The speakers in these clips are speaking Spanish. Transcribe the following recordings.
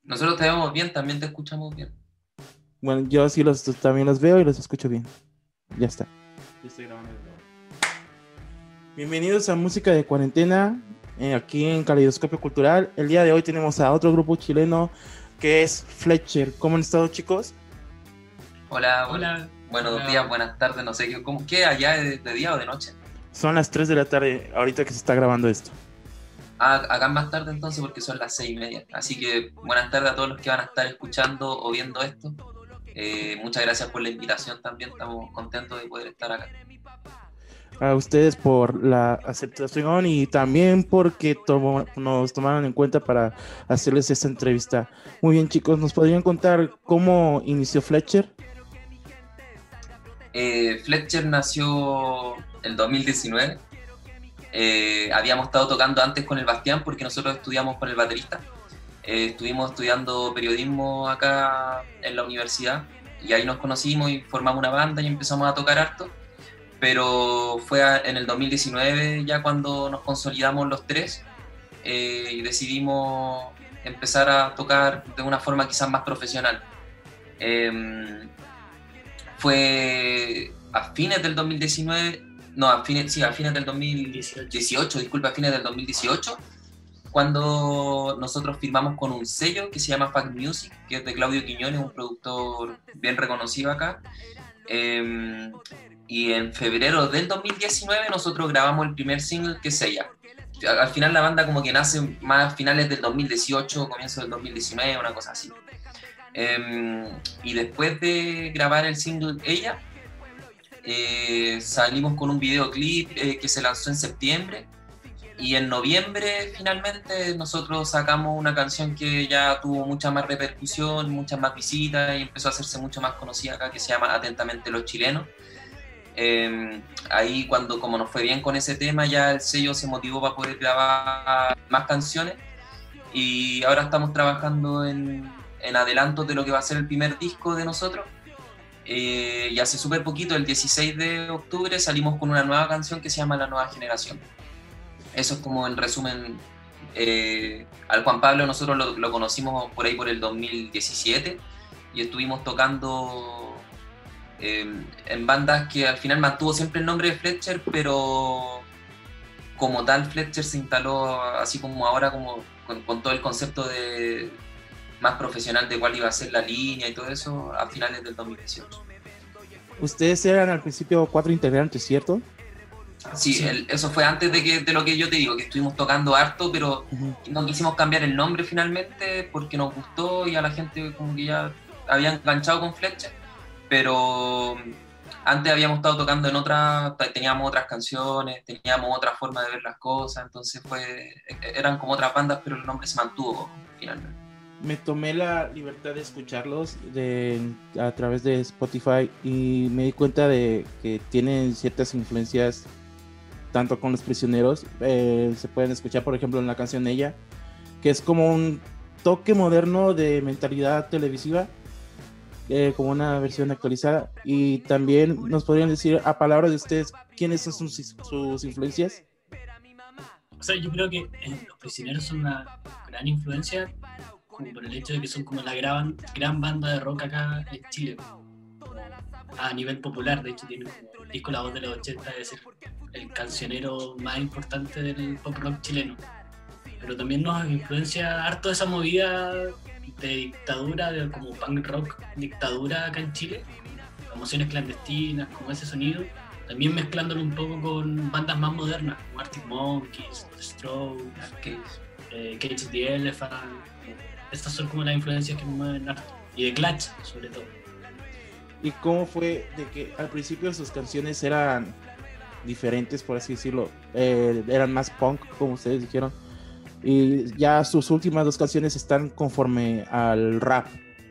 Nosotros te vemos bien, también te escuchamos bien. Bueno, yo sí también los veo y los escucho bien. Ya está. Ya estoy grabando. Bienvenidos a Música de Cuarentena, aquí en Caleidoscopio Cultural. El día de hoy tenemos a otro grupo chileno que es Fletcher. ¿Cómo han estado, chicos? Hola, Hola. buenos Hola. días, buenas tardes, no sé ¿qué allá de día o de noche? Son las 3 de la tarde, ahorita que se está grabando esto. Acá más tarde entonces porque son las 6:30. Así que buenas tardes a todos los que van a estar escuchando o viendo esto. Muchas gracias por la invitación también, estamos contentos de poder estar acá. A ustedes por la aceptación y también porque nos tomaron en cuenta para hacerles esta entrevista. Muy bien, chicos, ¿nos podrían contar cómo inició Fletcher? Fletcher nació el 2019. Habíamos estado tocando antes con el Bastián porque nosotros estudiamos con el baterista. Estuvimos estudiando periodismo acá en la universidad y ahí nos conocimos y formamos una banda y empezamos a tocar harto. Pero fue en el 2019 ya cuando nos consolidamos los tres y decidimos empezar a tocar de una forma quizás más profesional. Fue a fines del 2019, no, a fines del 2018, disculpa, a fines del 2018, cuando nosotros firmamos con un sello que se llama Fact Music, que es de Claudio Quiñones, un productor bien reconocido acá. Y en febrero del 2019 nosotros grabamos el primer single, que es Ella. Al final la banda como que nace más a finales del 2018, comienzo del 2019, una cosa así. Y después de grabar el single Ella, salimos con un videoclip que se lanzó en septiembre, y en noviembre finalmente nosotros sacamos una canción que ya tuvo mucha más repercusión, muchas más visitas y empezó a hacerse mucho más conocida acá, que se llama Atentamente los Chilenos. Ahí como nos fue bien con ese tema, ya el sello se motivó para poder grabar más canciones y ahora estamos trabajando en adelantos de lo que va a ser el primer disco de nosotros. Y hace súper poquito, el 16 de octubre, salimos con una nueva canción que se llama La Nueva Generación. Eso es como en resumen. Al Juan Pablo nosotros lo conocimos por ahí por el 2017 y estuvimos tocando en bandas que al final mantuvo siempre el nombre de Fletcher, pero como tal Fletcher se instaló así como ahora, como con todo el concepto de más profesional de cuál iba a ser la línea y todo eso a finales del 2018. Ustedes eran al principio 4 integrantes, ¿cierto? Sí, eso fue antes de lo que yo te digo, que estuvimos tocando harto, pero no quisimos cambiar el nombre finalmente porque nos gustó y a la gente como que ya había enganchado con Fletcher, pero antes habíamos estado tocando teníamos otras canciones, teníamos otra forma de ver las cosas, entonces eran como otras bandas, pero el nombre se mantuvo finalmente. Me tomé la libertad de escucharlos a través de Spotify y me di cuenta de que tienen ciertas influencias tanto con Los Prisioneros. Se pueden escuchar, por ejemplo, en la canción Ella, que es como un toque moderno de mentalidad televisiva, como una versión actualizada. Y también nos podrían decir, a palabras de ustedes, quiénes son sus influencias. O sea, yo creo que Los Prisioneros son una gran influencia como por el hecho de que son como la gran banda de rock acá en Chile, a nivel popular. De hecho tienen como el disco La Voz de los 80, de ser el cancionero más importante del pop rock chileno, pero también nos influencia harto esa movida de dictadura, de como punk rock dictadura acá en Chile, Emociones Clandestinas, como ese sonido, también mezclándolo un poco con bandas más modernas como Arctic Monkeys, The Strokes, Cage the Elephant. Estas son como las influencias que me mueven harto, y de Clutch sobre todo. ¿Y cómo fue de que al principio sus canciones eran diferentes, por así decirlo? Eran más punk, como ustedes dijeron, y ya sus últimas 2 canciones están conforme al rap.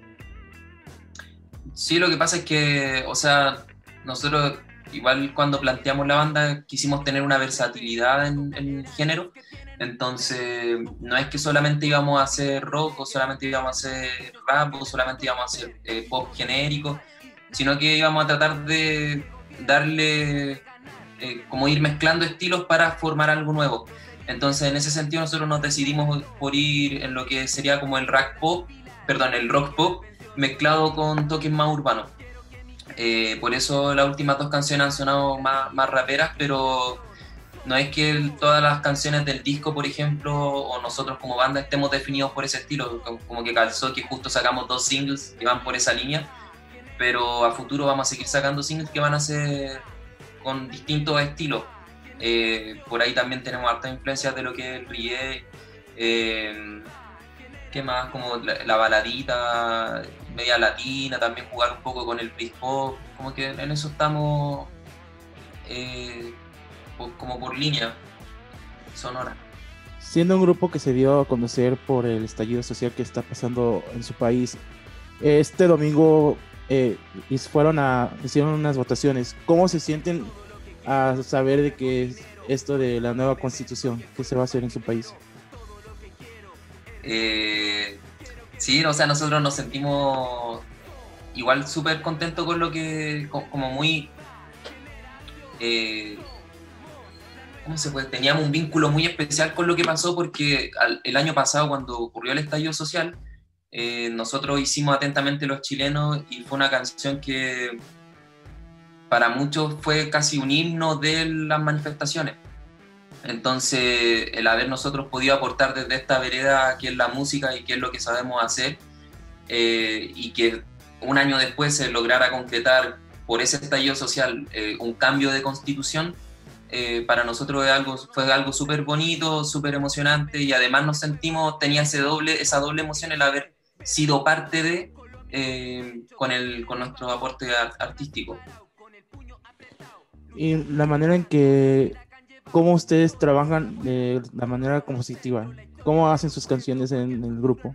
Sí, lo que pasa es que, o sea, nosotros igual cuando planteamos la banda quisimos tener una versatilidad en el género, entonces no es que solamente íbamos a hacer rock o solamente íbamos a hacer rap o solamente íbamos a hacer pop genérico, sino que íbamos a tratar de darle, como ir mezclando estilos para formar algo nuevo. Entonces en ese sentido nosotros nos decidimos por ir en lo que sería como el rap pop, el rock pop mezclado con toques más urbanos. Por eso las últimas 2 canciones han sonado más raperas, pero no es que todas las canciones del disco, por ejemplo, o nosotros como banda estemos definidos por ese estilo, como que calzó que justo sacamos 2 singles que van por esa línea, pero a futuro vamos a seguir sacando singles que van a ser con distintos estilos. Por ahí también tenemos harta influencias de lo que es el reggae, ¿qué más? Como la baladita media latina, también jugar un poco con el Britpop, como que en eso estamos como por línea sonora. Siendo un grupo que se dio a conocer por el estallido social que está pasando en su país, este domingo hicieron unas votaciones. ¿Cómo se sienten a saber de que esto de la nueva constitución que se va a hacer en su país? Sí, o sea, nosotros nos sentimos igual súper contentos con lo que, como muy, ¿cómo se puede? Teníamos un vínculo muy especial con lo que pasó porque el año pasado, cuando ocurrió el estallido social, nosotros hicimos Atentamente los Chilenos y fue una canción que para muchos fue casi un himno de las manifestaciones. Entonces, el haber nosotros podido aportar desde esta vereda qué es la música y qué es lo que sabemos hacer, y que un año después se lograra concretar por ese estallido social un cambio de constitución, para nosotros fue algo súper bonito, súper emocionante, y además nos sentimos, tenía esa doble emoción el haber sido parte de, con nuestro aporte artístico. Y la manera en que, cómo ustedes trabajan de la manera compositiva, cómo hacen sus canciones en el grupo.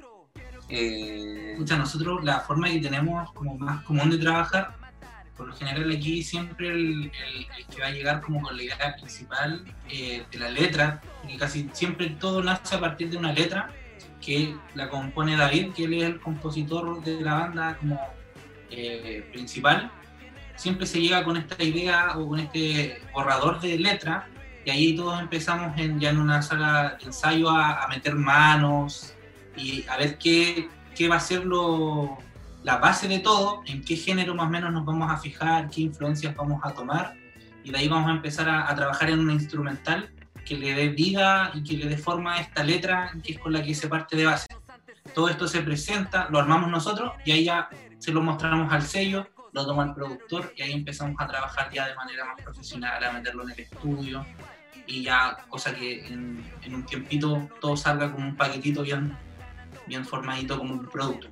Nosotros la forma que tenemos como más común de trabajar, por lo general aquí siempre el que va a llegar como con la idea principal de la letra, porque casi siempre todo nace a partir de una letra que la compone David, que él es el compositor de la banda como principal. Siempre se llega con esta idea o con este borrador de letra, y ahí todos empezamos ya en una sala de ensayo a meter manos y a ver qué va a ser la base de todo, en qué género más o menos nos vamos a fijar, qué influencias vamos a tomar, y de ahí vamos a empezar a trabajar en una instrumental que le dé vida y que le dé forma a esta letra, que es con la que se parte de base. Todo esto se presenta, lo armamos nosotros y ahí ya se lo mostramos al sello, lo toma el productor y ahí empezamos a trabajar ya de manera más profesional, a meterlo en el estudio, y ya cosa que en un tiempito todo salga como un paquetito bien formadito como un producto.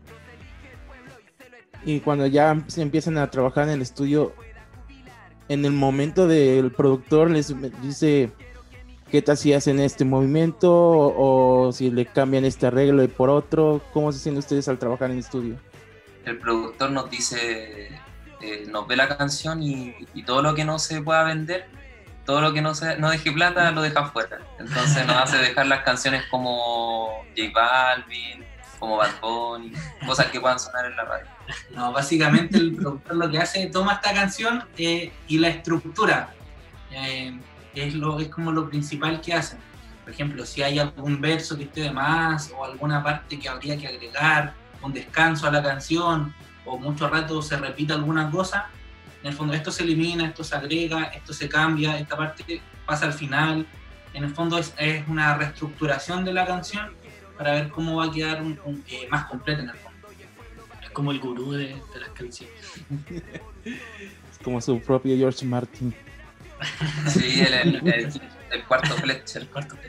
Y cuando ya se empiezan a trabajar en el estudio, en el momento del productor les dice qué tal si hacen este movimiento o si le cambian este arreglo y por otro, ¿cómo se sienten ustedes al trabajar en el estudio? El productor nos dice, nos ve la canción y todo lo que no se pueda vender, todo lo que no deje plata, lo deja fuera. Entonces nos hace dejar las canciones como J Balvin, como Bad Bunny, cosas que puedan sonar en la radio. No, básicamente el productor lo que hace, toma esta canción y la estructura. Es como lo principal que hacen. Por ejemplo, si hay algún verso que esté de más o alguna parte que habría que agregar, un descanso a la canción, o mucho rato se repite alguna cosa, en el fondo esto se elimina, esto se agrega, esto se cambia, esta parte pasa al final. En el fondo es una reestructuración de la canción para ver cómo va a quedar más completa en el fondo. Es como el gurú de las canciones. Es como su propio George Martin. Sí, el cuarto Fletcher.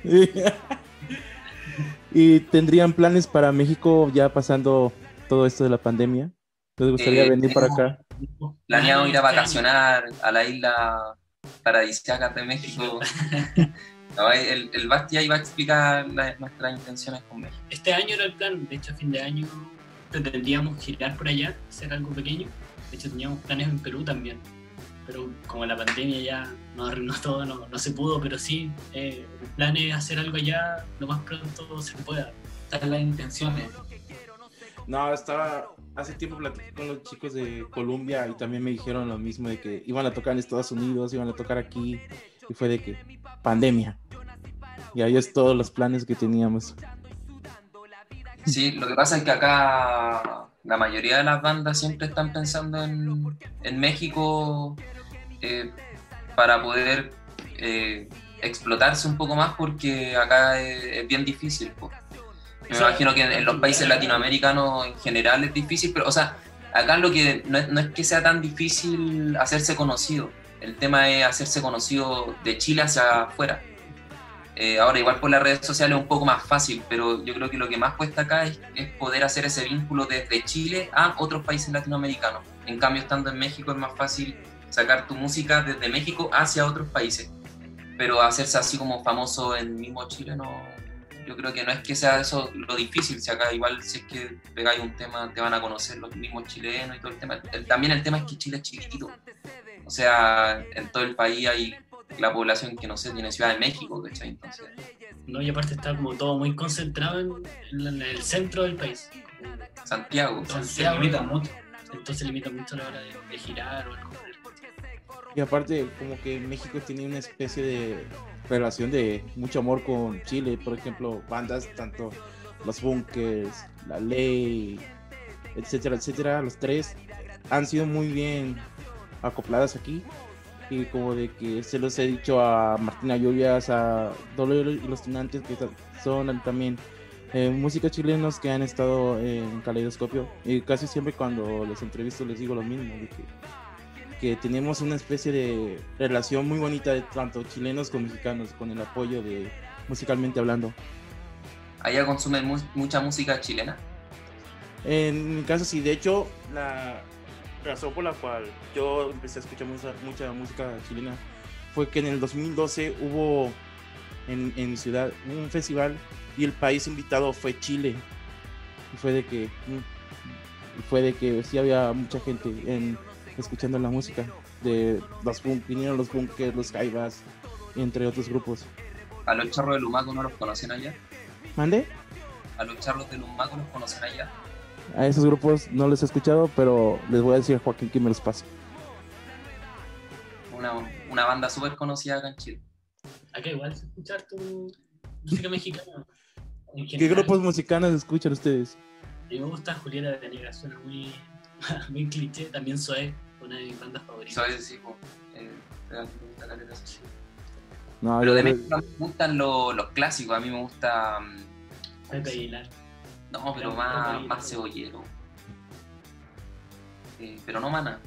¿Y tendrían planes para México ya pasando todo esto de la pandemia? ¿Les gustaría venir para acá? Planeado ir a vacacionar a la isla paradisíaca de México. No, el Basti ahí va a explicar nuestras intenciones con México. Este año era el plan, de hecho a fin de año pretendíamos girar por allá, hacer algo pequeño. De hecho teníamos planes en Perú también, pero como la pandemia ya nos arruinó todo, no se pudo, pero sí, el plan es hacer algo allá lo más pronto se pueda. Estas las intenciones. No, hace tiempo platicé con los chicos de Colombia y también me dijeron lo mismo, de que iban a tocar en Estados Unidos, iban a tocar aquí, y fue de que pandemia. Y ahí es todos los planes que teníamos. Sí, lo que pasa es que acá la mayoría de las bandas siempre están pensando en México para poder explotarse un poco más, porque acá es bien difícil, po. Me imagino que en los países latinoamericanos en general es difícil, pero, o sea, acá lo que no es que sea tan difícil hacerse conocido. El tema es hacerse conocido de Chile hacia afuera. Ahora, igual por las redes sociales es un poco más fácil, pero yo creo que lo que más cuesta acá es poder hacer ese vínculo desde Chile a otros países latinoamericanos. En cambio, estando en México es más fácil sacar tu música desde México hacia otros países. Pero hacerse así como famoso en mismo Chile, no, yo creo que no es que sea eso lo difícil. Si acá igual, si es que pegáis un tema, te van a conocer los mismos chilenos y todo el tema. También el tema es que Chile es chiquitito. O sea, en todo el país hay la población que, no sé, tiene Ciudad de México, ¿cachai? Entonces... No, y aparte está como todo muy concentrado en el centro del país. Santiago. Se limita mucho. Entonces limita mucho a la hora de girar o algo. Y aparte, como que México tiene una especie de relación de mucho amor con Chile. Por ejemplo, bandas, tanto Los Bunkers, La Ley, etcétera, etcétera, los tres han sido muy bien acopladas aquí. Y como de que se los he dicho a Martina Lluvias, a Dolor y los Tunantes, que son también músicos chilenos que han estado en Caleidoscopio. Y casi siempre cuando les entrevisto les digo lo mismo, de que tenemos una especie de relación muy bonita de tanto chilenos como mexicanos, con el apoyo de musicalmente hablando. ¿Allá consumen mucha música chilena? En mi caso sí, de hecho, la razón por la cual yo empecé a escuchar mucha música chilena fue que en el 2012 hubo en mi ciudad un festival y el país invitado fue Chile. Y fue de que sí había mucha gente escuchando la música de vinieron los Bunkers, los Jaivas, entre otros grupos. ¿A los Charros de Lumaco no los conocen allá? ¿Mande? ¿A los Charros de Lumaco los conocen allá? A esos grupos no les he escuchado, pero les voy a decir a Joaquín que me los pase. Una banda súper conocida acá en Chile. Acá igual es escuchar tu música mexicana. ¿Qué grupos musicales escuchan ustedes? A mí me gusta Julieta Venegas, suena muy, muy cliché. También Zoé, una de mis bandas favoritas. Zoé, sí, No, pero de México me gustan los clásicos. A mí me gusta Pepe Aguilar. No, pero más cebollero. Pero no Maná.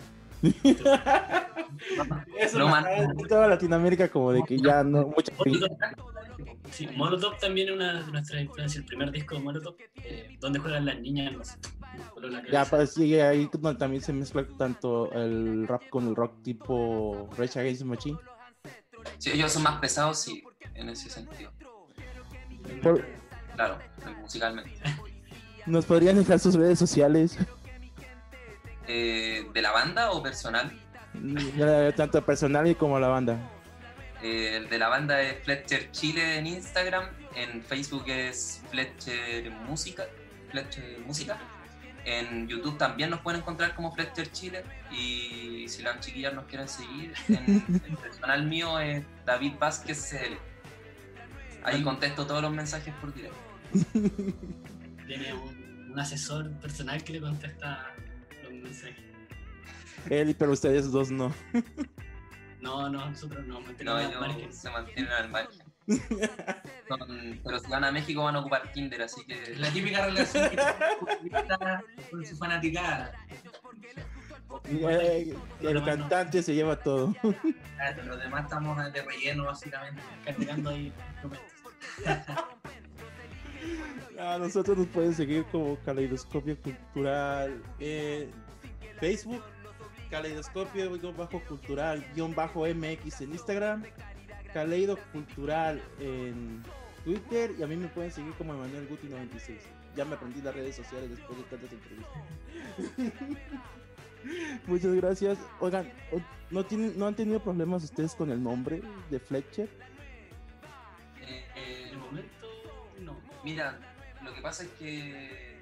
Eso no Maná. En toda Latinoamérica como de que ya no mucha. Sí, Molotov también es una de nuestras influencias. El primer disco de Molotov, donde juegan las niñas, no sé. Ya, pues sí, ahí también se mezcla tanto el rap con el rock tipo Rage Against the Machine. Sí, ellos son más pesados, sí, en ese sentido. Claro, musicalmente. ¿Nos podrían dejar sus redes sociales? ¿De la banda o personal? Tanto personal como la banda. El de la banda es Fletcher Chile en Instagram, en Facebook es Fletcher Música, en YouTube también nos pueden encontrar como Fletcher Chile, y si las chiquillas nos quieren seguir, el personal mío es David Vázquez CL. Ahí contesto todos los mensajes por directo. Tiene un asesor personal que le contesta los mensajes. Él, pero ustedes dos no. No, nosotros no, mantenemos al margen. Se mantienen al margen. Pero si van a México van a ocupar Tinder, así que... La típica relación que tiene con su fanaticada. El cantante se lleva todo. Los demás estamos de relleno, básicamente. Cargando ahí documentos. A nosotros nos pueden seguir como Caleidoscopio Cultural en Facebook, Caleidoscopio-cultural-mx en Instagram, Caleido Cultural en Twitter, y a mí me pueden seguir como Emanuel Guti 96. Ya me aprendí las redes sociales después de tantas entrevistas. Muchas gracias. Oigan, ¿no han tenido problemas ustedes con el nombre de Fletcher? De momento, no. Mira, lo que pasa es que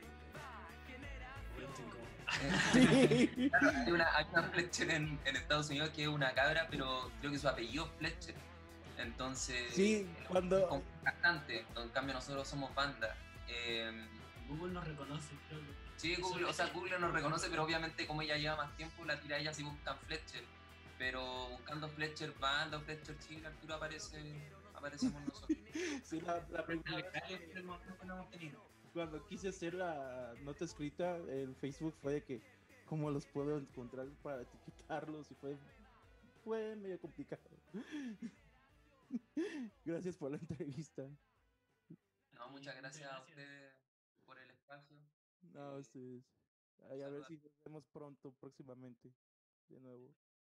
Sí. hay una Fletcher en Estados Unidos que es una cabra, pero creo que su apellido es Fletcher. Entonces, Sí, cuando... es bastante. En cambio, nosotros somos banda. Google nos reconoce, creo que. Sí, Google, o sea, Google nos reconoce, pero obviamente como ella lleva más tiempo, la tira ella si buscan Fletcher. Pero buscando Fletcher Banda o Fletcher Chile, Arturo aparecemos nosotros. Sí, la primera vez El momento que no hemos tenido. cuando quise hacer la nota escrita en Facebook fue de que cómo los puedo encontrar para etiquetarlos y fue medio complicado. Gracias por la entrevista. No, muchas gracias a ustedes por el espacio. No, ustedes. A ver si nos vemos pronto, próximamente, de nuevo.